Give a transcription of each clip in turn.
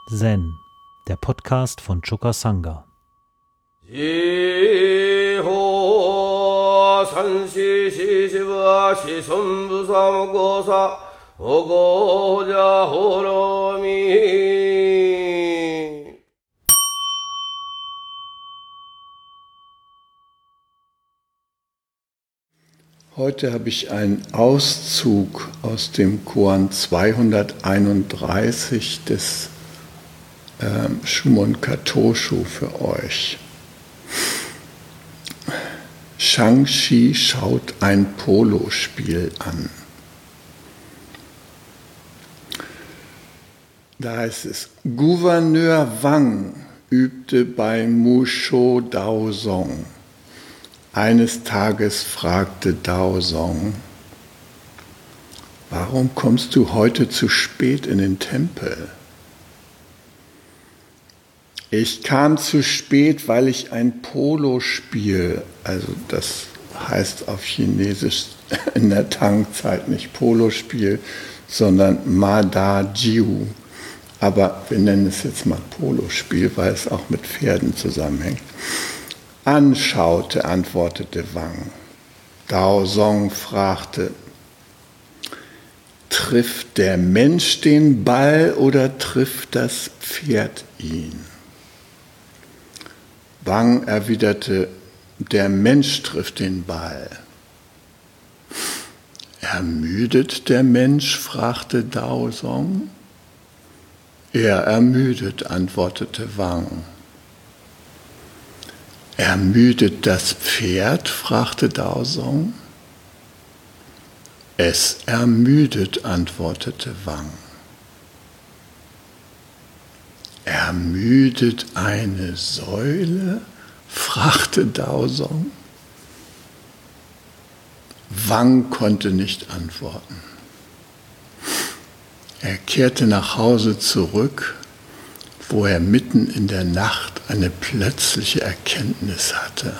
Zen, der Podcast von Choka Sangha. Heute habe ich einen Auszug aus dem Koan 231 des Shumon Katoshu für euch. Shang-Chi schaut ein Polospiel an. Da heißt es, Gouverneur Wang übte bei Musho Daozong. Eines Tages fragte Daozong, warum kommst du heute zu spät in den Tempel? Ich kam zu spät, weil ich ein Polospiel, also das heißt auf Chinesisch in der Tang-Zeit nicht Polospiel, sondern Ma-Da Jiu. Aber wir nennen es jetzt mal Polospiel, weil es auch mit Pferden zusammenhängt. Anschaute, antwortete Wang. Daozong fragte, trifft der Mensch den Ball oder trifft das Pferd ihn? Wang erwiderte, der Mensch trifft den Ball. Ermüdet der Mensch? Fragte Daozong. Er ermüdet, antwortete Wang. Ermüdet das Pferd? Fragte Daozong. Es ermüdet, antwortete Wang. Ermüdet eine Säule? Fragte Daozong. Wang konnte nicht antworten. Er kehrte nach Hause zurück, wo er mitten in der Nacht eine plötzliche Erkenntnis hatte.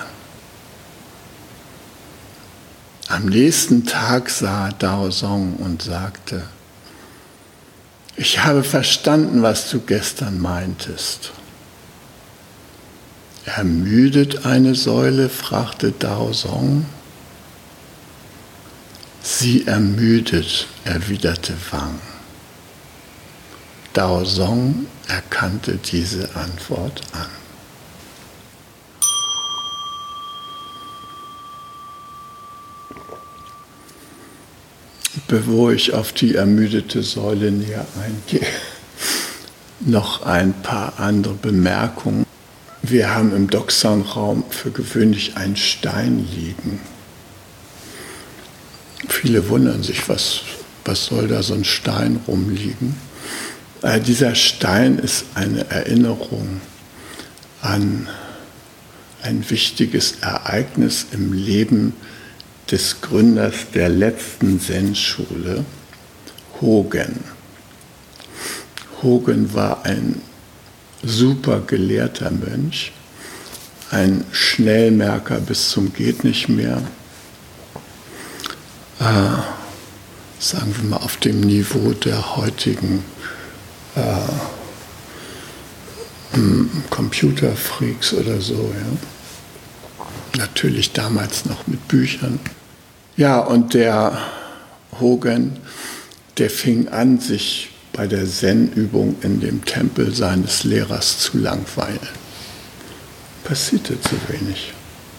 Am nächsten Tag sah Daozong und sagte, ich habe verstanden, was du gestern meintest. Ermüdet eine Säule? Fragte Daozong. Sie ermüdet, erwiderte Wang. Daozong erkannte diese Antwort an. Bevor ich auf die ermüdete Säule näher eingehe, noch ein paar andere Bemerkungen. Wir haben im Doksan-Raum für gewöhnlich einen Stein liegen. Viele wundern sich, was soll da so ein Stein rumliegen? Dieser Stein ist eine Erinnerung an ein wichtiges Ereignis im Leben des Gründers der letzten Zen-Schule, Hogen. Hogen war ein super gelehrter Mönch, ein Schnellmerker bis zum Gehtnichtmehr, sagen wir mal auf dem Niveau der heutigen Computerfreaks oder so. Ja. Natürlich damals noch mit Büchern. Ja, und der Hogen, der fing an, sich bei der Zen-Übung in dem Tempel seines Lehrers zu langweilen. Passierte zu wenig.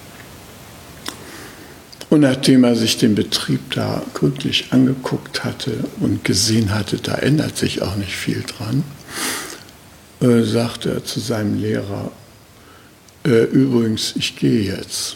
Und nachdem er sich den Betrieb da gründlich angeguckt hatte und gesehen hatte, da ändert sich auch nicht viel dran, sagte er zu seinem Lehrer, übrigens, ich gehe jetzt.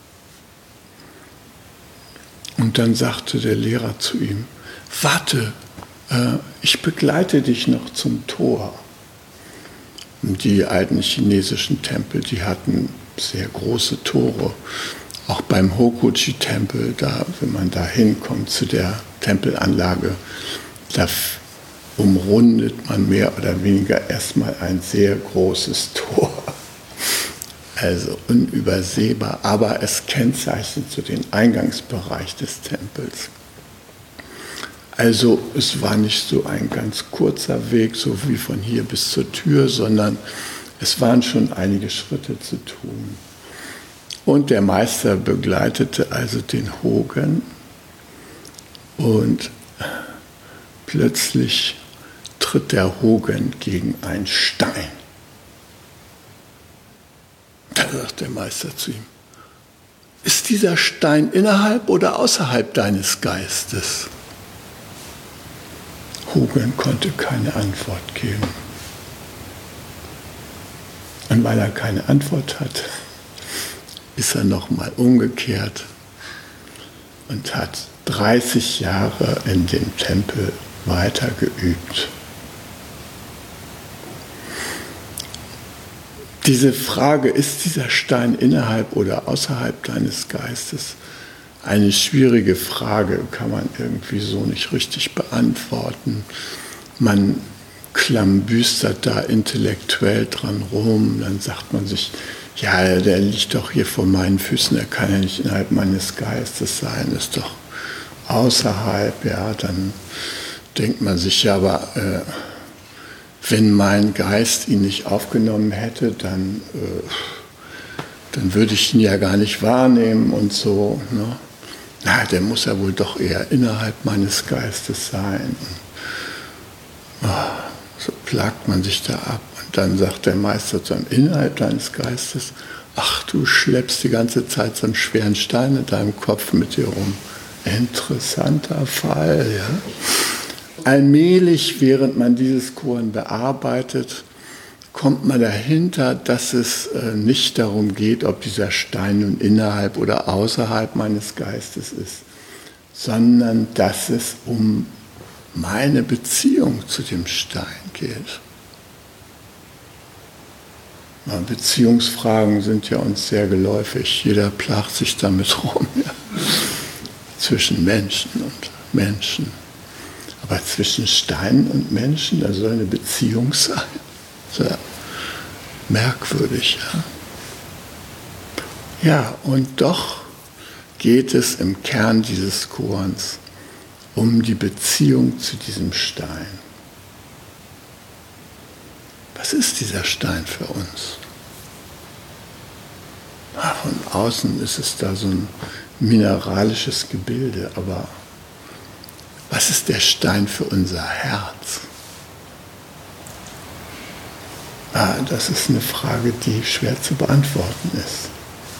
Und dann sagte der Lehrer zu ihm, warte, ich begleite dich noch zum Tor. Und die alten chinesischen Tempel, die hatten sehr große Tore. Auch beim Hokuji-Tempel, wenn man da hinkommt zu der Tempelanlage, da umrundet man mehr oder weniger erstmal ein sehr großes Tor. Also unübersehbar, aber es kennzeichnet so den Eingangsbereich des Tempels. Also es war nicht so ein ganz kurzer Weg, so wie von hier bis zur Tür, sondern es waren schon einige Schritte zu tun. Und der Meister begleitete also den Hogen und plötzlich tritt der Hogen gegen einen Stein. Da sagt der Meister zu ihm: Ist dieser Stein innerhalb oder außerhalb deines Geistes? Hogen konnte keine Antwort geben. Und weil er keine Antwort hat, ist er nochmal umgekehrt und hat 30 Jahre in dem Tempel weiter geübt. Diese Frage, ist dieser Stein innerhalb oder außerhalb deines Geistes, eine schwierige Frage, kann man irgendwie so nicht richtig beantworten. Man klambüstert da intellektuell dran rum, dann sagt man sich, ja, der liegt doch hier vor meinen Füßen, der kann ja nicht innerhalb meines Geistes sein, ist doch außerhalb, ja, dann denkt man sich, ja, aber wenn mein Geist ihn nicht aufgenommen hätte, dann würde ich ihn ja gar nicht wahrnehmen und so. Ne? Na, der muss ja wohl doch eher innerhalb meines Geistes sein. So plagt man sich da ab. Und dann sagt der Meister zu einem: Innerhalb deines Geistes, ach, du schleppst die ganze Zeit so einen schweren Stein in deinem Kopf mit dir rum. Interessanter Fall, ja. Allmählich, während man dieses Koan bearbeitet, kommt man dahinter, dass es nicht darum geht, ob dieser Stein nun innerhalb oder außerhalb meines Geistes ist, sondern dass es um meine Beziehung zu dem Stein geht. Beziehungsfragen sind ja uns sehr geläufig. Jeder plagt sich damit rum, ja. Zwischen Menschen und Menschen. Aber zwischen Steinen und Menschen, da soll eine Beziehung sein. Sehr merkwürdig, ja. Ja, und doch geht es im Kern dieses Koans um die Beziehung zu diesem Stein. Was ist dieser Stein für uns? Von außen ist es da so ein mineralisches Gebilde, aber was ist der Stein für unser Herz? Das ist eine Frage, die schwer zu beantworten ist.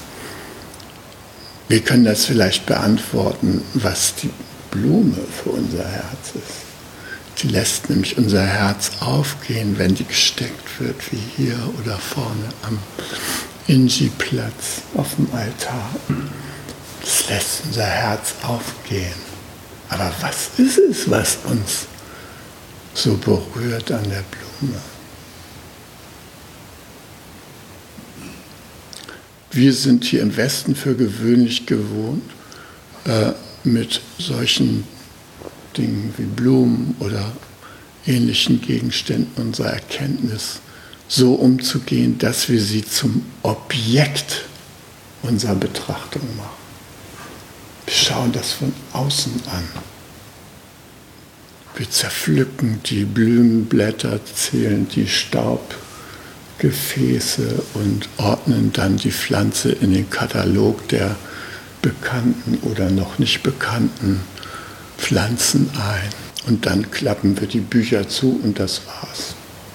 Wir können das vielleicht beantworten, was die Blume für unser Herz ist. Die lässt nämlich unser Herz aufgehen, wenn die gesteckt wird, wie hier oder vorne am Inji-Platz auf dem Altar. Das lässt unser Herz aufgehen. Aber was ist es, was uns so berührt an der Blume? Wir sind hier im Westen für gewöhnlich gewohnt, mit solchen Dingen wie Blumen oder ähnlichen Gegenständen unserer Erkenntnis so umzugehen, dass wir sie zum Objekt unserer Betrachtung machen. Wir schauen das von außen an. Wir zerpflücken die Blumenblätter, zählen die Staubgefäße und ordnen dann die Pflanze in den Katalog der bekannten oder noch nicht bekannten Pflanzen ein. Und dann klappen wir die Bücher zu und das war's.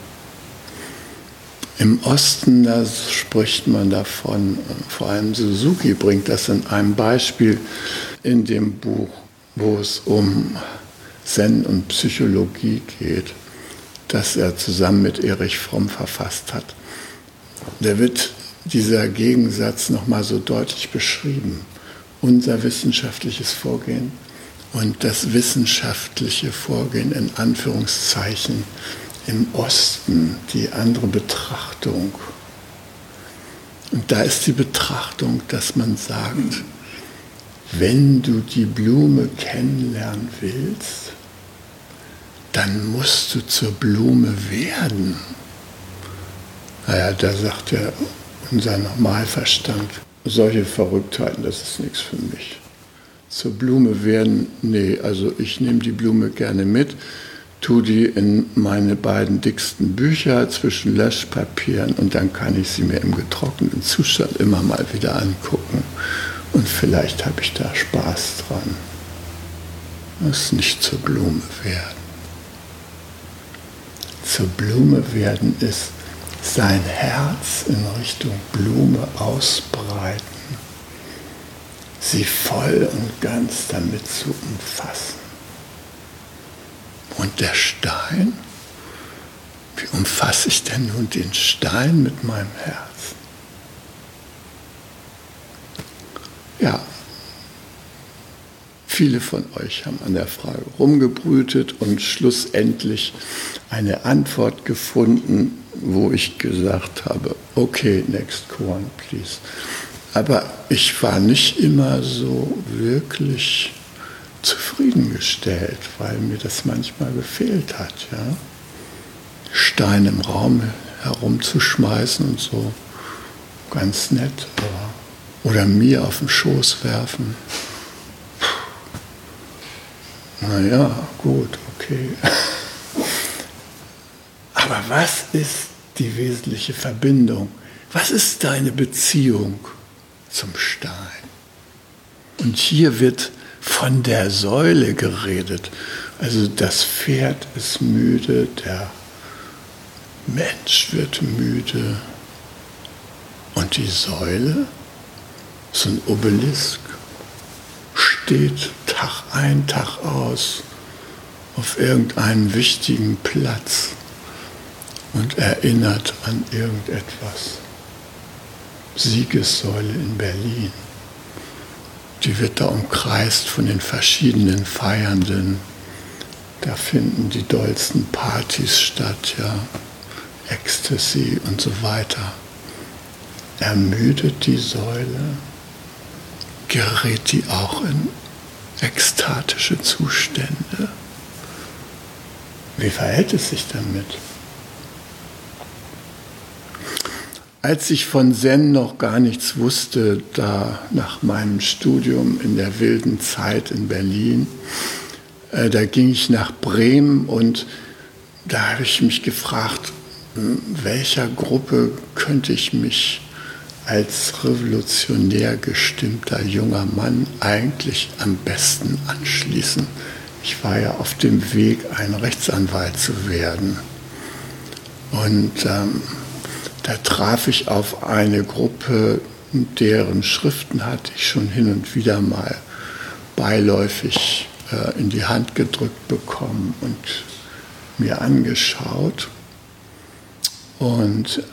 Im Osten, da spricht man davon, vor allem Suzuki bringt das in einem Beispiel in dem Buch, wo es um Zen und Psychologie geht, das er zusammen mit Erich Fromm verfasst hat. Da wird dieser Gegensatz nochmal so deutlich beschrieben. Unser wissenschaftliches Vorgehen und das wissenschaftliche Vorgehen in Anführungszeichen im Osten, die andere Betrachtung. Und da ist die Betrachtung, dass man sagt, wenn du die Blume kennenlernen willst, dann musst du zur Blume werden. Naja, da sagt ja unser Normalverstand, solche Verrücktheiten, das ist nichts für mich. zur Blume werden, nee, also ich nehme die Blume gerne mit, tue die in meine beiden dicksten Bücher zwischen Löschpapieren und dann kann ich sie mir im getrockneten Zustand immer mal wieder angucken. Und vielleicht habe ich da Spaß dran. Muss nicht zur Blume werden. Zur Blume werden ist sein Herz in Richtung Blume ausbreiten, sie voll und ganz damit zu umfassen. Und der Stein? Wie umfasse ich denn nun den Stein mit meinem Herzen? Ja, viele von euch haben an der Frage rumgebrütet und schlussendlich eine Antwort gefunden, wo ich gesagt habe, okay, next koan, please. Aber ich war nicht immer so wirklich zufriedengestellt, weil mir das manchmal gefehlt hat. Ja? Steine im Raum herumzuschmeißen und so, ganz nett. Oder mir auf den Schoß werfen. Naja, gut, okay. Aber was ist die wesentliche Verbindung? Was ist deine Beziehung zum Stein? Und hier wird von der Säule geredet. Also das Pferd ist müde, der Mensch wird müde. Und die Säule, so ein Obelisk, steht Tag ein, Tag aus auf irgendeinem wichtigen Platz und erinnert an irgendetwas. Siegessäule in Berlin. Die wird da umkreist von den verschiedenen Feiernden. Da finden die dollsten Partys statt, ja, Ecstasy und so weiter. Ermüdet die Säule, gerät die auch in ekstatische Zustände. Wie verhält es sich damit? Als ich von Zen noch gar nichts wusste, da nach meinem Studium in der wilden Zeit in Berlin, da ging ich nach Bremen und da habe ich mich gefragt, welcher Gruppe könnte ich mich als revolutionär gestimmter junger Mann eigentlich am besten anschließen. Ich war ja auf dem Weg, ein Rechtsanwalt zu werden. Und da traf ich auf eine Gruppe, deren Schriften hatte ich schon hin und wieder mal beiläufig in die Hand gedrückt bekommen und mir angeschaut. Und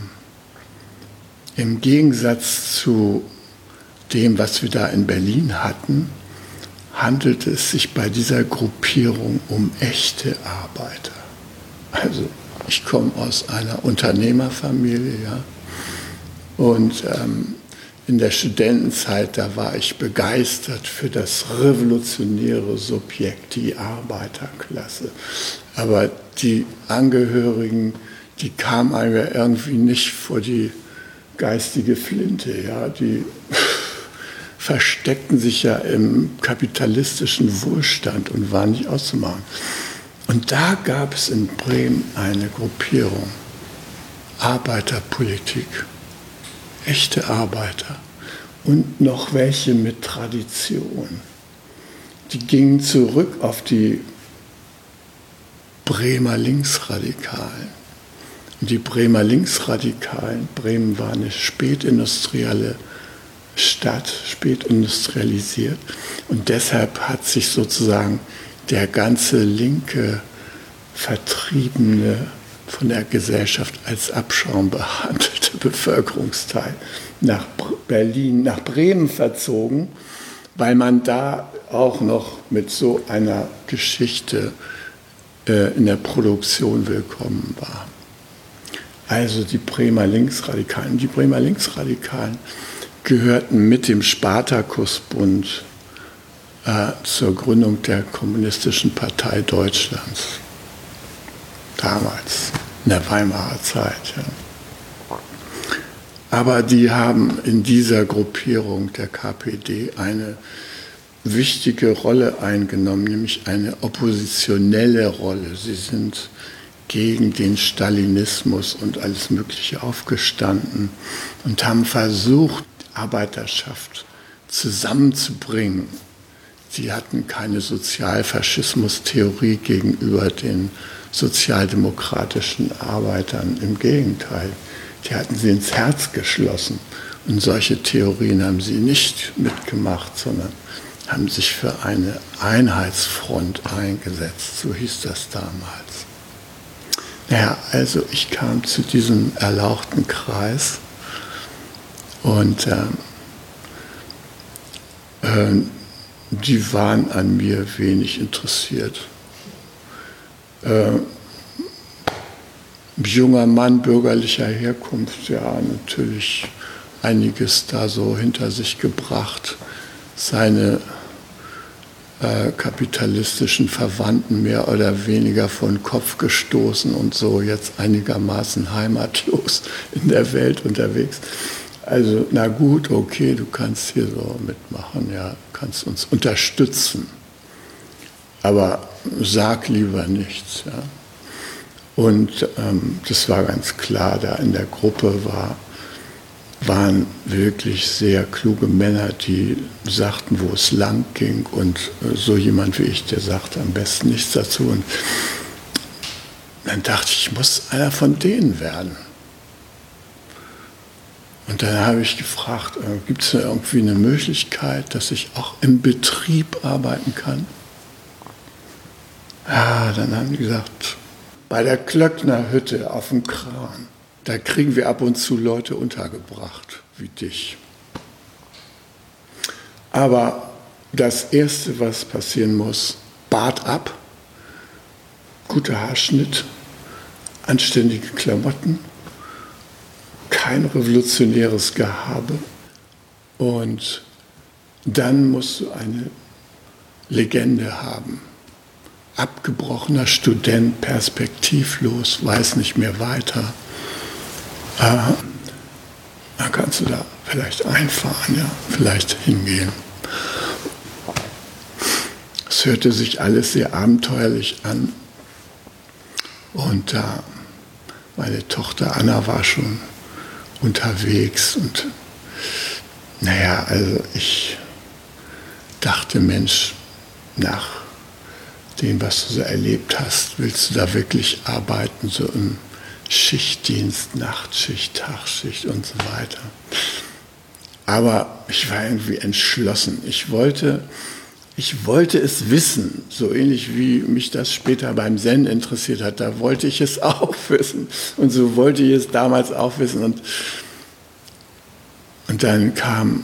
im Gegensatz zu dem, was wir da in Berlin hatten, handelte es sich bei dieser Gruppierung um echte Arbeiter. Also ich komme aus einer Unternehmerfamilie, ja, und in der Studentenzeit, da war ich begeistert für das revolutionäre Subjekt, die Arbeiterklasse. Aber die Angehörigen, die kamen einem irgendwie nicht vor die geistige Flinte, ja, die versteckten sich ja im kapitalistischen Wohlstand und waren nicht auszumachen. Und da gab es in Bremen eine Gruppierung, Arbeiterpolitik, echte Arbeiter und noch welche mit Tradition. Die gingen zurück auf die Bremer Linksradikalen. Und die Bremer Linksradikalen, Bremen war eine spätindustrielle Stadt, spätindustrialisiert. Und deshalb hat sich sozusagen der ganze linke, vertriebene, von der Gesellschaft als Abschaum behandelte Bevölkerungsteil nach Berlin, nach Bremen verzogen, weil man da auch noch mit so einer Geschichte in der Produktion willkommen war. Also die Bremer Linksradikalen. Die Bremer Linksradikalen gehörten mit dem Spartakusbund zur Gründung der Kommunistischen Partei Deutschlands. Damals, in der Weimarer Zeit. Ja. Aber die haben in dieser Gruppierung der KPD eine wichtige Rolle eingenommen, nämlich eine oppositionelle Rolle. Sie sind gegen den Stalinismus und alles Mögliche aufgestanden und haben versucht, die Arbeiterschaft zusammenzubringen. Sie hatten keine Sozialfaschismus-Theorie gegenüber den sozialdemokratischen Arbeitern. Im Gegenteil, die hatten sie ins Herz geschlossen. Und solche Theorien haben sie nicht mitgemacht, sondern haben sich für eine Einheitsfront eingesetzt. So hieß das damals. Naja, also ich kam zu diesem erlauchten Kreis und die waren an mir wenig interessiert. Junger Mann bürgerlicher Herkunft, ja, natürlich einiges da so hinter sich gebracht, seine kapitalistischen Verwandten mehr oder weniger von Kopf gestoßen und so jetzt einigermaßen heimatlos in der Welt unterwegs. Also, na gut, okay, du kannst hier so mitmachen, ja, kannst uns unterstützen, aber sag lieber nichts. Ja. Und das war ganz klar, da in der Gruppe waren wirklich sehr kluge Männer, die sagten, wo es lang ging, und so jemand wie ich, der sagte am besten nichts dazu. Und dann dachte ich muss einer von denen werden. Und dann habe ich gefragt, gibt es da irgendwie eine Möglichkeit, dass ich auch im Betrieb arbeiten kann? Ja, dann haben die gesagt, bei der Klöckner Hütte auf dem Kran. Da kriegen wir ab und zu Leute untergebracht, wie dich. Aber das Erste, was passieren muss, Bart ab, guter Haarschnitt, anständige Klamotten, kein revolutionäres Gehabe. Und dann musst du eine Legende haben. Abgebrochener Student, perspektivlos, weiß nicht mehr weiter. Dann kannst du da vielleicht einfahren, ja, vielleicht hingehen. Es hörte sich alles sehr abenteuerlich an. Und meine Tochter Anna war schon unterwegs. Und naja, also ich dachte, Mensch, nach dem, was du so erlebt hast, willst du da wirklich arbeiten, so im Schichtdienst, Nachtschicht, Tagschicht und so weiter. Aber ich war irgendwie entschlossen. Ich wollte es wissen, so ähnlich wie mich das später beim Zen interessiert hat. Da wollte ich es auch wissen. Und so wollte ich es damals auch wissen. Und dann kam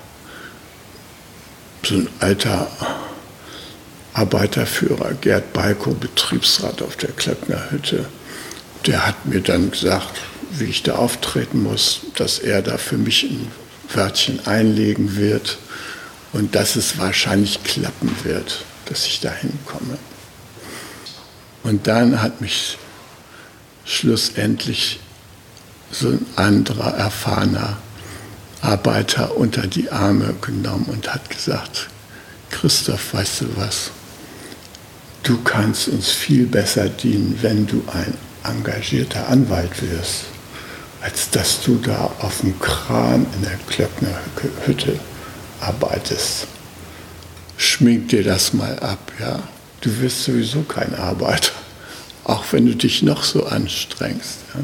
so ein alter Arbeiterführer, Gerd Balko, Betriebsrat auf der Klöckner Hütte. Der hat mir dann gesagt, wie ich da auftreten muss, dass er da für mich ein Wörtchen einlegen wird und dass es wahrscheinlich klappen wird, dass ich da hinkomme. Und dann hat mich schlussendlich so ein anderer, erfahrener Arbeiter unter die Arme genommen und hat gesagt, Christoph, weißt du was, du kannst uns viel besser dienen, wenn du ein engagierter Anwalt wirst, als dass du da auf dem Kran in der Klöckner Hütte arbeitest. Schmink dir das mal ab, ja. Du wirst sowieso kein Arbeiter, auch wenn du dich noch so anstrengst. Ja?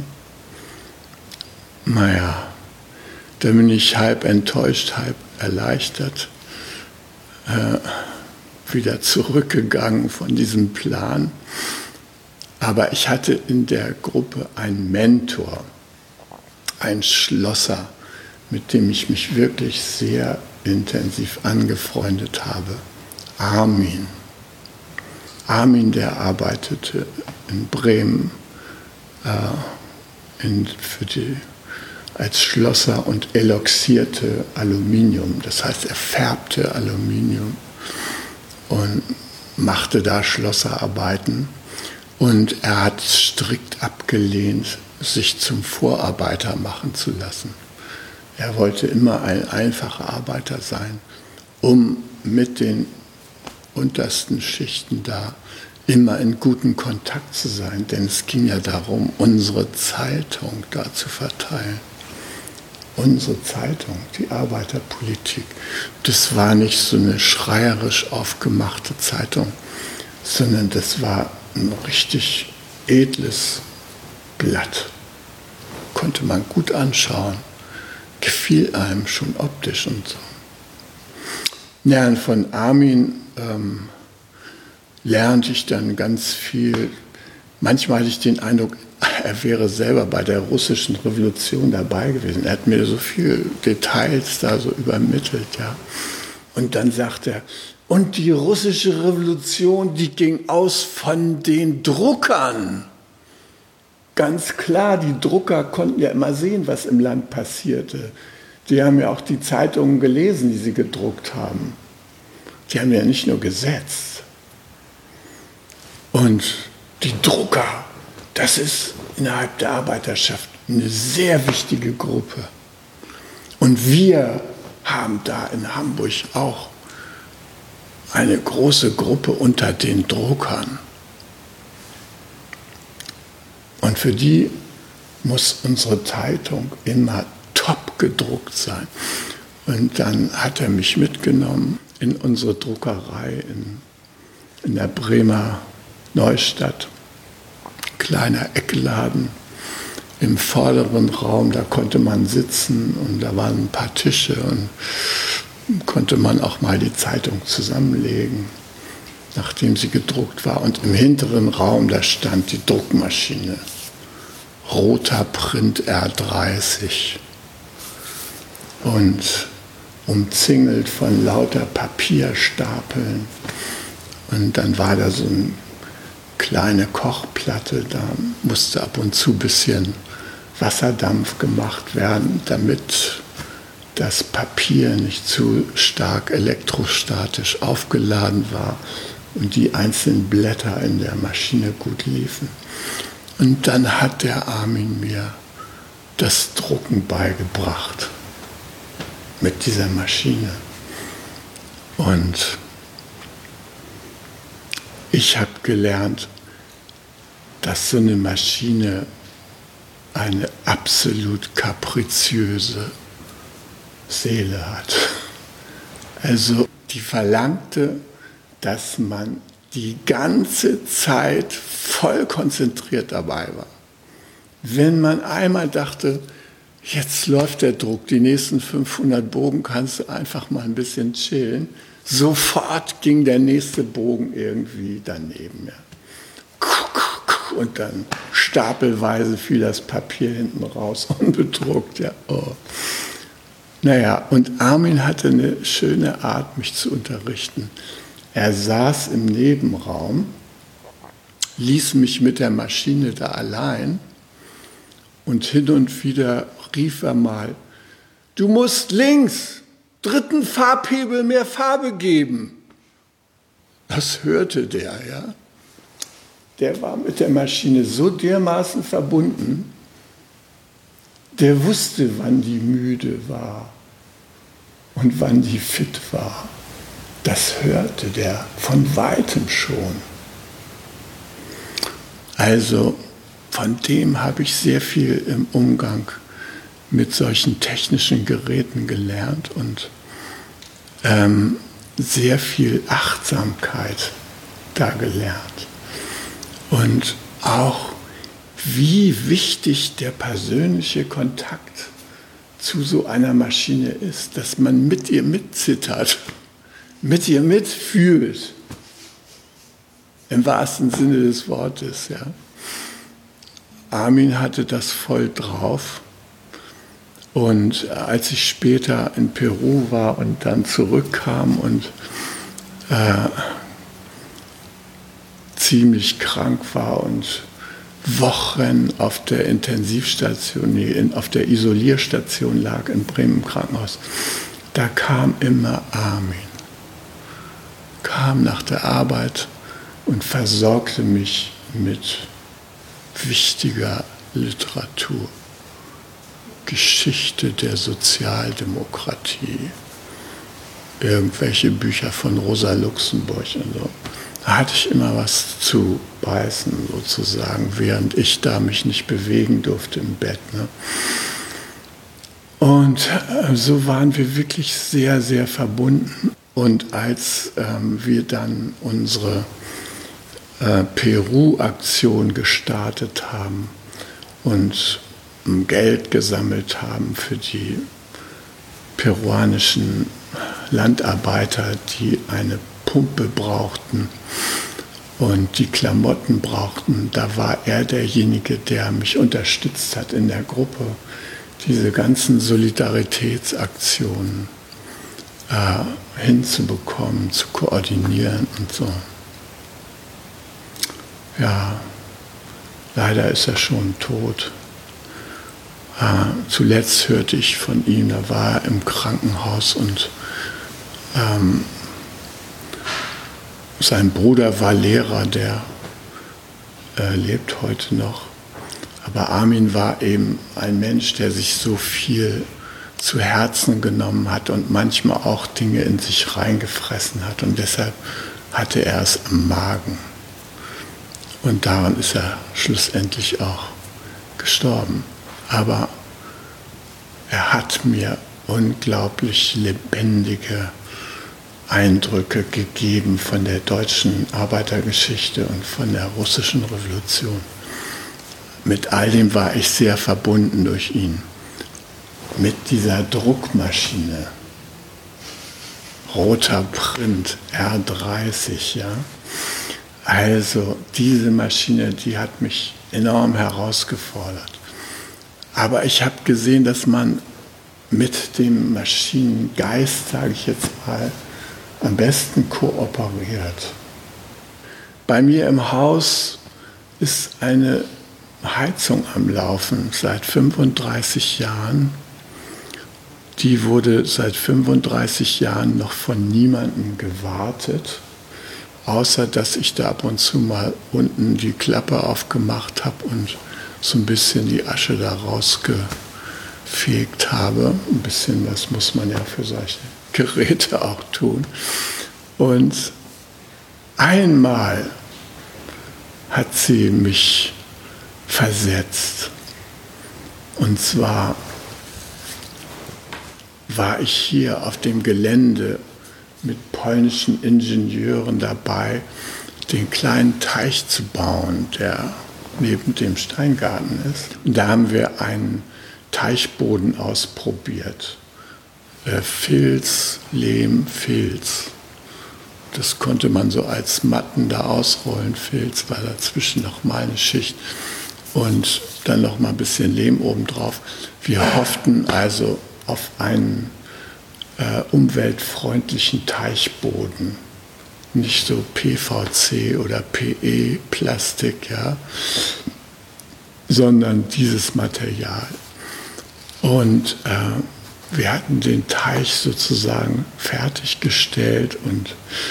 Naja, da bin ich halb enttäuscht, halb erleichtert wieder zurückgegangen von diesem Plan. Aber ich hatte in der Gruppe einen Mentor, einen Schlosser, mit dem ich mich wirklich sehr intensiv angefreundet habe. Armin. Armin, der arbeitete in Bremen als Schlosser und eloxierte Aluminium. Das heißt, er färbte Aluminium und machte da Schlosserarbeiten. Und er hat strikt abgelehnt, sich zum Vorarbeiter machen zu lassen. Er wollte immer ein einfacher Arbeiter sein, um mit den untersten Schichten da immer in gutem Kontakt zu sein, denn es ging ja darum, unsere Zeitung da zu verteilen. Unsere Zeitung, die Arbeiterpolitik, das war nicht so eine schreierisch aufgemachte Zeitung, sondern das war ein richtig edles Blatt. Konnte man gut anschauen, gefiel einem schon optisch und so. Ja, und von Armin lernte ich dann ganz viel. Manchmal hatte ich den Eindruck, er wäre selber bei der russischen Revolution dabei gewesen. Er hat mir so viele Details da so übermittelt. Ja. Und dann sagt er, und die russische Revolution, die ging aus von den Druckern. Ganz klar, die Drucker konnten ja immer sehen, was im Land passierte. Die haben ja auch die Zeitungen gelesen, die sie gedruckt haben. Die haben ja nicht nur gesetzt. Und die Drucker, das ist innerhalb der Arbeiterschaft eine sehr wichtige Gruppe. Und wir haben da in Hamburg auch eine große Gruppe unter den Druckern. Und für die muss unsere Zeitung immer top gedruckt sein. Und dann hat er mich mitgenommen in unsere Druckerei in der Bremer Neustadt. Kleiner Eckladen im vorderen Raum, da konnte man sitzen und da waren ein paar Tische und konnte man auch mal die Zeitung zusammenlegen, nachdem sie gedruckt war. Und im hinteren Raum, da stand die Druckmaschine. Roter Print R30 und umzingelt von lauter Papierstapeln. Und dann war da so eine kleine Kochplatte, da musste ab und zu ein bisschen Wasserdampf gemacht werden, damit das Papier nicht zu stark elektrostatisch aufgeladen war und die einzelnen Blätter in der Maschine gut liefen. Und dann hat der Armin mir das Drucken beigebracht mit dieser Maschine. Und ich habe gelernt, dass so eine Maschine eine absolut kapriziöse Seele hat. Also die verlangte, dass man die ganze Zeit voll konzentriert dabei war. Wenn man einmal dachte, jetzt läuft der Druck, die nächsten 500 Bogen kannst du einfach mal ein bisschen chillen, sofort ging der nächste Bogen irgendwie daneben. Ja. Und dann stapelweise fiel das Papier hinten raus, unbedruckt. Ja. Oh. Naja, und Armin hatte eine schöne Art, mich zu unterrichten. Er saß im Nebenraum, ließ mich mit der Maschine da allein und hin und wieder rief er mal, du musst links, dritten Farbhebel mehr Farbe geben. Das hörte der, ja. Der war mit der Maschine so dermaßen verbunden, der wusste, wann die müde war und wann die fit war. Das hörte der von weitem schon. Also von dem habe ich sehr viel im Umgang mit solchen technischen Geräten gelernt und sehr viel Achtsamkeit da gelernt. Und auch, wie wichtig der persönliche Kontakt zu so einer Maschine ist, dass man mit ihr mitzittert, mit ihr mitfühlt, im wahrsten Sinne des Wortes. Ja. Armin hatte das voll drauf. Und als ich später in Peru war und dann zurückkam und ziemlich krank war und Wochen auf der Intensivstation, auf der Isolierstation lag in Bremen im Krankenhaus, da kam immer Armin, kam nach der Arbeit und versorgte mich mit wichtiger Literatur. Geschichte der Sozialdemokratie, irgendwelche Bücher von Rosa Luxemburg und so. Da hatte ich immer was zu beißen, sozusagen, während ich da mich nicht bewegen durfte im Bett. Ne? Und so waren wir wirklich sehr, sehr verbunden. Und als wir dann unsere Peru-Aktion gestartet haben und Geld gesammelt haben für die peruanischen Landarbeiter, die eine Pumpe brauchten und die Klamotten brauchten, da war er derjenige, der mich unterstützt hat in der Gruppe, diese ganzen Solidaritätsaktionen hinzubekommen, zu koordinieren und so. Ja, leider ist er schon tot. Zuletzt hörte ich von ihm, da war er im Krankenhaus und sein Bruder war Lehrer, der lebt heute noch. Aber Armin war eben ein Mensch, der sich so viel zu Herzen genommen hat und manchmal auch Dinge in sich reingefressen hat. Und deshalb hatte er es am Magen. Und daran ist er schlussendlich auch gestorben. Aber er hat mir unglaublich lebendige Eindrücke gegeben von der deutschen Arbeitergeschichte und von der russischen Revolution. Mit all dem war ich sehr verbunden durch ihn. Mit dieser Druckmaschine, roter Print, R30, ja. Also diese Maschine, die hat mich enorm herausgefordert. Aber ich habe gesehen, dass man mit dem Maschinengeist, sage ich jetzt mal, am besten kooperiert. Bei mir im Haus ist eine Heizung am Laufen seit 35 Jahren. Die wurde seit 35 Jahren noch von niemandem gewartet, außer dass ich da ab und zu mal unten die Klappe aufgemacht habe und so ein bisschen die Asche da rausgefegt habe. Ein bisschen, das muss man ja für solche Geräte auch tun. Und einmal hat sie mich versetzt. Und zwar war ich hier auf dem Gelände mit polnischen Ingenieuren dabei, den kleinen Teich zu bauen, der neben dem Steingarten ist. Und da haben wir einen Teichboden ausprobiert. Filz, Lehm, Filz. Das konnte man so als Matten da ausrollen. Filz war dazwischen noch mal eine Schicht und dann noch mal ein bisschen Lehm obendrauf. Wir hofften also auf einen umweltfreundlichen Teichboden. Nicht so PVC oder PE-Plastik, ja, sondern dieses Material. Und wir hatten den Teich sozusagen fertiggestellt und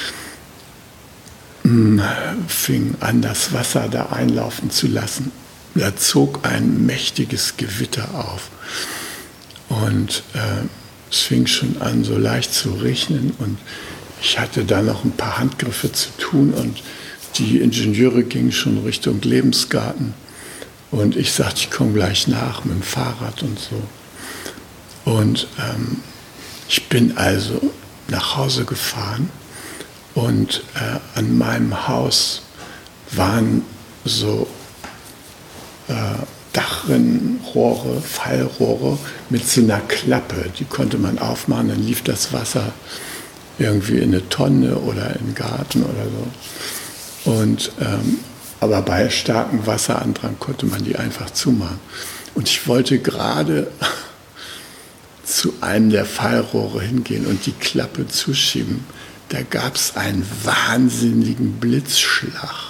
fing an, das Wasser da einlaufen zu lassen. Da zog ein mächtiges Gewitter auf. Und es fing schon an, so leicht zu regnen. Und ich hatte da noch ein paar Handgriffe zu tun. Und die Ingenieure gingen schon Richtung Lebensgarten. Und ich sagte, ich komme gleich nach mit dem Fahrrad und so. Und ich bin also nach Hause gefahren und an meinem Haus waren so Dachrinnenrohre, Fallrohre mit so einer Klappe. Die konnte man aufmachen, dann lief das Wasser irgendwie in eine Tonne oder in den Garten oder so. Und, aber bei starkem Wasserandrang konnte man die einfach zumachen. Und ich wollte gerade zu einem der Fallrohre hingehen und die Klappe zuschieben. Da gab es einen wahnsinnigen Blitzschlag.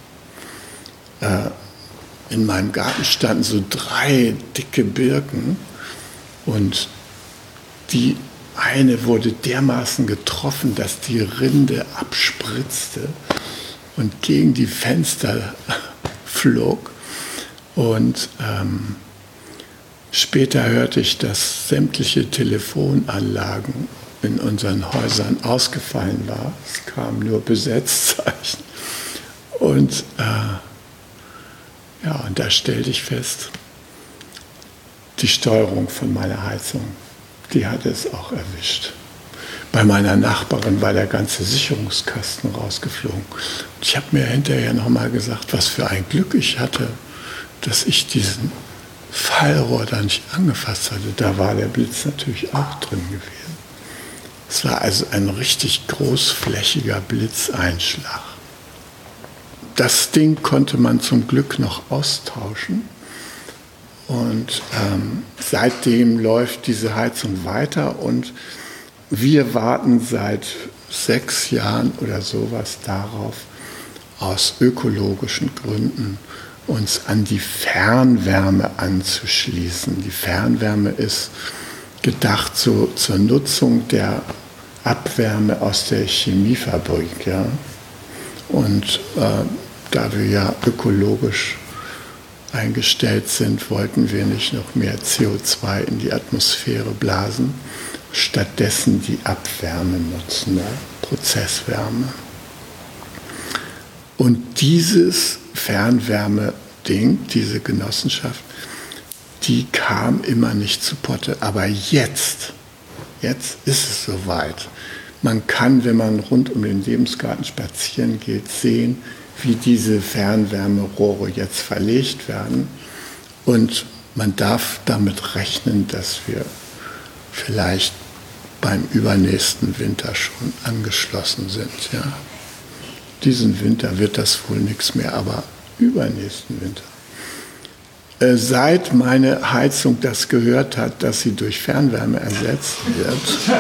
In meinem Garten standen so 3 dicke Birken und die eine wurde dermaßen getroffen, dass die Rinde abspritzte und gegen die Fenster flog. Und später hörte ich, dass sämtliche Telefonanlagen in unseren Häusern ausgefallen war. Es kam nur Besetzzeichen. Und und da stellte ich fest, die Steuerung von meiner Heizung, die hatte es auch erwischt. Bei meiner Nachbarin war der ganze Sicherungskasten rausgeflogen. Ich habe mir hinterher nochmal gesagt, was für ein Glück ich hatte, dass ich diesen Fallrohr da nicht angefasst hatte. Da war der Blitz natürlich auch drin gewesen. Es war also ein richtig großflächiger Blitzeinschlag. Das Ding konnte man zum Glück noch austauschen. Und seitdem läuft diese Heizung weiter und wir warten seit 6 Jahren oder sowas darauf, aus ökologischen Gründen uns an die Fernwärme anzuschließen. Die Fernwärme ist gedacht zur Nutzung der Abwärme aus der Chemiefabrik. Ja? Und da wir ja ökologisch eingestellt sind, wollten wir nicht noch mehr CO2 in die Atmosphäre blasen, stattdessen die Abwärme nutzen, ja? Prozesswärme. Und dieses Fernwärme-Ding, diese Genossenschaft, die kam immer nicht zu Potte. Aber jetzt ist es soweit. Man kann, wenn man rund um den Lebensgarten spazieren geht, sehen, wie diese Fernwärmerohre jetzt verlegt werden. Und man darf damit rechnen, dass wir vielleicht beim übernächsten Winter schon angeschlossen sind. Ja. Diesen Winter wird das wohl nichts mehr, aber übernächsten Winter. Seit meine Heizung das gehört hat, dass sie durch Fernwärme ersetzt wird,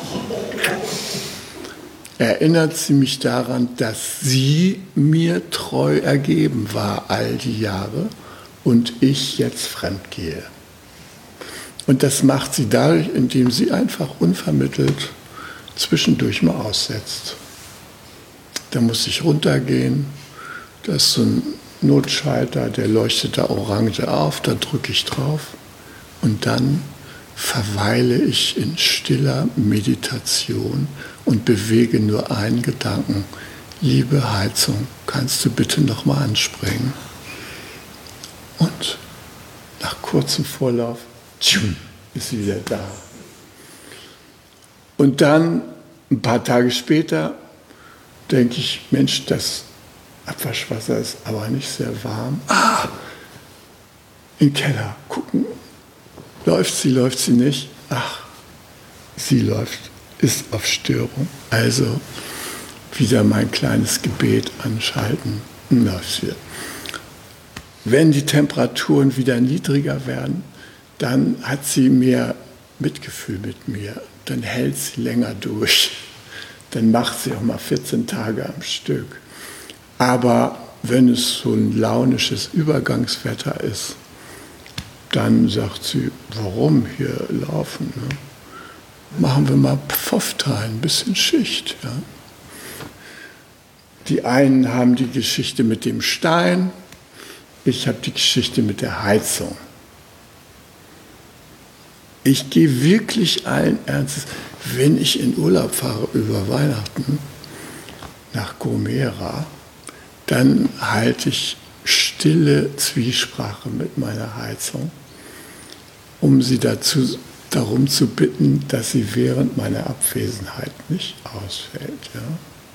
erinnert sie mich daran, dass sie mir treu ergeben war all die Jahre und ich jetzt fremd gehe. Und das macht sie dadurch, indem sie einfach unvermittelt zwischendurch mal aussetzt. Da muss ich runtergehen, da ist so ein Notschalter, der leuchtet da orange auf, da drücke ich drauf und dann verweile ich in stiller Meditation und bewege nur einen Gedanken. Liebe Heizung, kannst du bitte nochmal anspringen? Und nach kurzem Vorlauf ist sie wieder da. Und dann, ein paar Tage später, denke ich, Mensch, das Abwaschwasser ist aber nicht sehr warm. Im Keller gucken. Läuft sie nicht? Ach, sie läuft, ist auf Störung. Also wieder mein kleines Gebet anschalten, läuft sie. Wenn die Temperaturen wieder niedriger werden, dann hat sie mehr Mitgefühl mit mir. Dann hält sie länger durch. Dann macht sie auch mal 14 Tage am Stück. Aber wenn es so ein launisches Übergangswetter ist, dann sagt sie, warum hier laufen? Ne? Machen wir mal Pfoffteil, ein bisschen Schicht. Ja? Die einen haben die Geschichte mit dem Stein, ich habe die Geschichte mit der Heizung. Ich gehe wirklich allen Ernstes, wenn ich in Urlaub fahre über Weihnachten nach Gomera, dann halte ich stille Zwiesprache mit meiner Heizung, um sie darum zu bitten, dass sie während meiner Abwesenheit nicht ausfällt. Ja?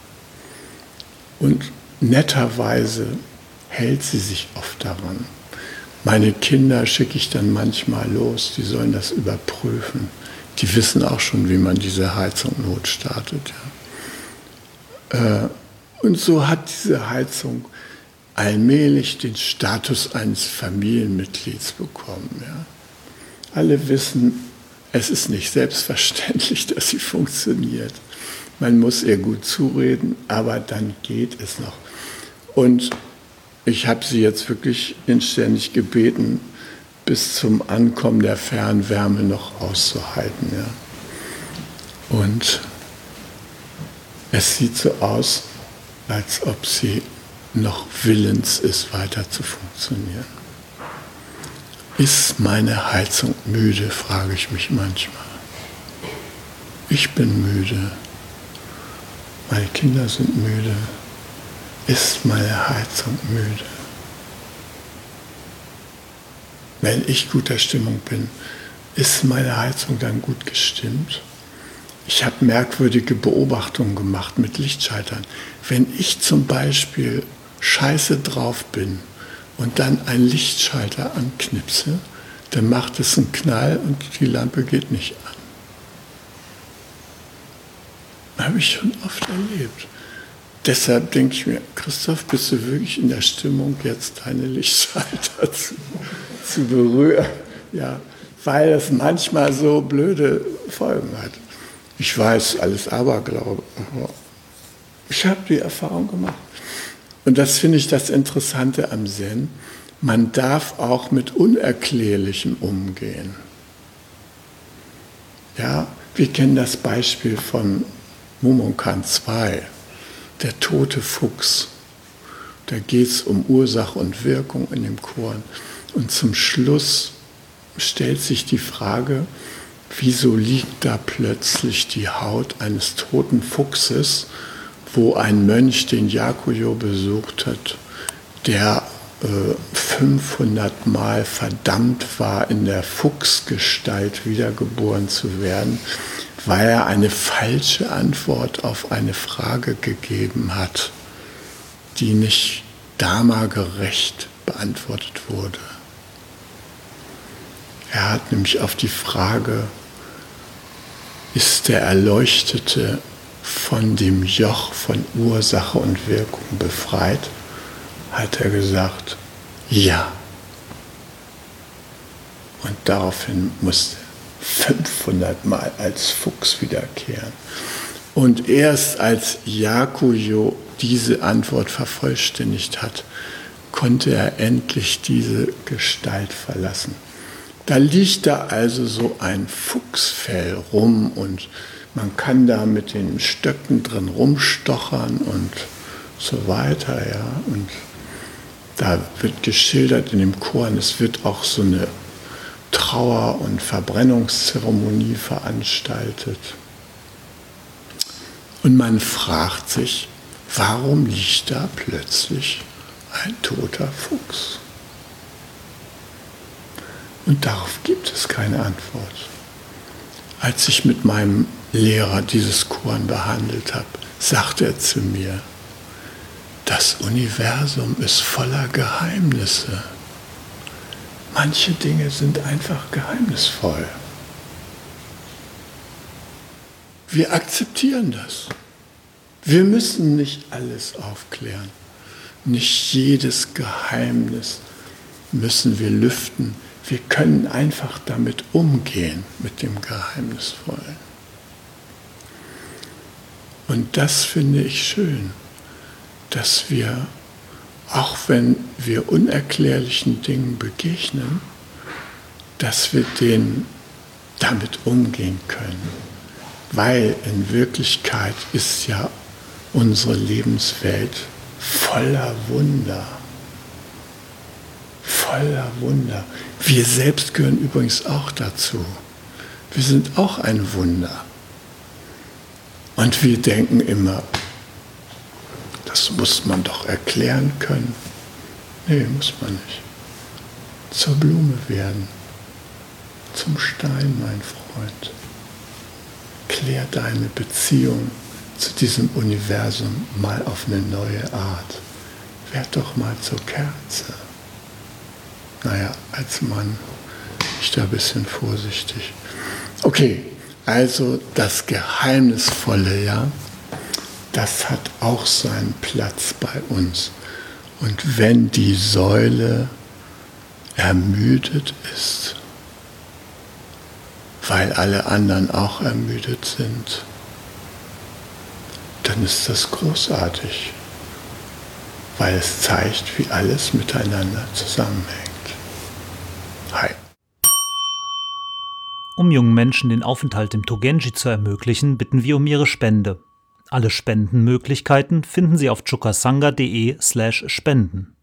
Und netterweise hält sie sich oft daran. Meine Kinder schicke ich dann manchmal los, die sollen das überprüfen. Die wissen auch schon, wie man diese Heizung notstartet. Ja. Und so hat diese Heizung allmählich den Status eines Familienmitglieds bekommen. Ja. Alle wissen, es ist nicht selbstverständlich, dass sie funktioniert. Man muss ihr gut zureden, aber dann geht es noch. Und ich habe sie jetzt wirklich inständig gebeten, bis zum Ankommen der Fernwärme noch auszuhalten. Ja. Und es sieht so aus, als ob sie noch willens ist, weiter zu funktionieren. Ist meine Heizung müde, frage ich mich manchmal. Ich bin müde. Meine Kinder sind müde. Ist meine Heizung müde? Wenn ich guter Stimmung bin, ist meine Heizung dann gut gestimmt? Ich habe merkwürdige Beobachtungen gemacht mit Lichtschaltern. Wenn ich zum Beispiel scheiße drauf bin und dann einen Lichtschalter anknipse, dann macht es einen Knall und die Lampe geht nicht an. Das habe ich schon oft erlebt. Deshalb denke ich mir, Christoph, bist du wirklich in der Stimmung, jetzt deine Lichtschalter zu berühren? Ja, weil es manchmal so blöde Folgen hat. Ich weiß, alles Aberglaube, aber ich habe die Erfahrung gemacht. Und das finde ich das Interessante am Zen. Man darf auch mit Unerklärlichem umgehen. Ja, wir kennen das Beispiel von Mumonkan 2, der tote Fuchs. Da geht es um Ursache und Wirkung in dem Koan. Und zum Schluss stellt sich die Frage, wieso liegt da plötzlich die Haut eines toten Fuchses, wo ein Mönch den Yakuyo besucht hat, der 500 Mal verdammt war, in der Fuchsgestalt wiedergeboren zu werden, weil er eine falsche Antwort auf eine Frage gegeben hat, die nicht dharma-gerecht beantwortet wurde. Er hat nämlich auf die Frage, ist der Erleuchtete von dem Joch von Ursache und Wirkung befreit, hat er gesagt, ja. Und daraufhin musste er 500 Mal als Fuchs wiederkehren. Und erst als Yakuyo diese Antwort vervollständigt hat, konnte er endlich diese Gestalt verlassen. Da liegt da also so ein Fuchsfell rum und man kann da mit den Stöcken drin rumstochern und so weiter. Ja. Und da wird geschildert in dem Koan, es wird auch so eine Trauer- und Verbrennungszeremonie veranstaltet. Und man fragt sich, warum liegt da plötzlich ein toter Fuchs? Und darauf gibt es keine Antwort. Als ich mit meinem Lehrer dieses Koan behandelt habe, sagte er zu mir, das Universum ist voller Geheimnisse. Manche Dinge sind einfach geheimnisvoll. Wir akzeptieren das. Wir müssen nicht alles aufklären. Nicht jedes Geheimnis müssen wir lüften. Wir können einfach damit umgehen, mit dem Geheimnisvollen. Und das finde ich schön, dass wir, auch wenn wir unerklärlichen Dingen begegnen, dass wir damit umgehen können. Weil in Wirklichkeit ist ja unsere Lebenswelt voller Wunder. Voller Wunder. Wir selbst gehören übrigens auch dazu. Wir sind auch ein Wunder. Und wir denken immer, das muss man doch erklären können. Nee, muss man nicht. Zur Blume werden. Zum Stein, mein Freund. Klär deine Beziehung zu diesem Universum mal auf eine neue Art. Werd doch mal zur Kerze. Naja, als Mann bin ich da ein bisschen vorsichtig. Okay, also das Geheimnisvolle, ja, das hat auch seinen Platz bei uns. Und wenn die Säule ermüdet ist, weil alle anderen auch ermüdet sind, dann ist das großartig, weil es zeigt, wie alles miteinander zusammenhängt. Hi. Um jungen Menschen den Aufenthalt im Togenji zu ermöglichen, bitten wir um ihre Spende. Alle Spendenmöglichkeiten finden Sie auf chukasanga.de/spenden.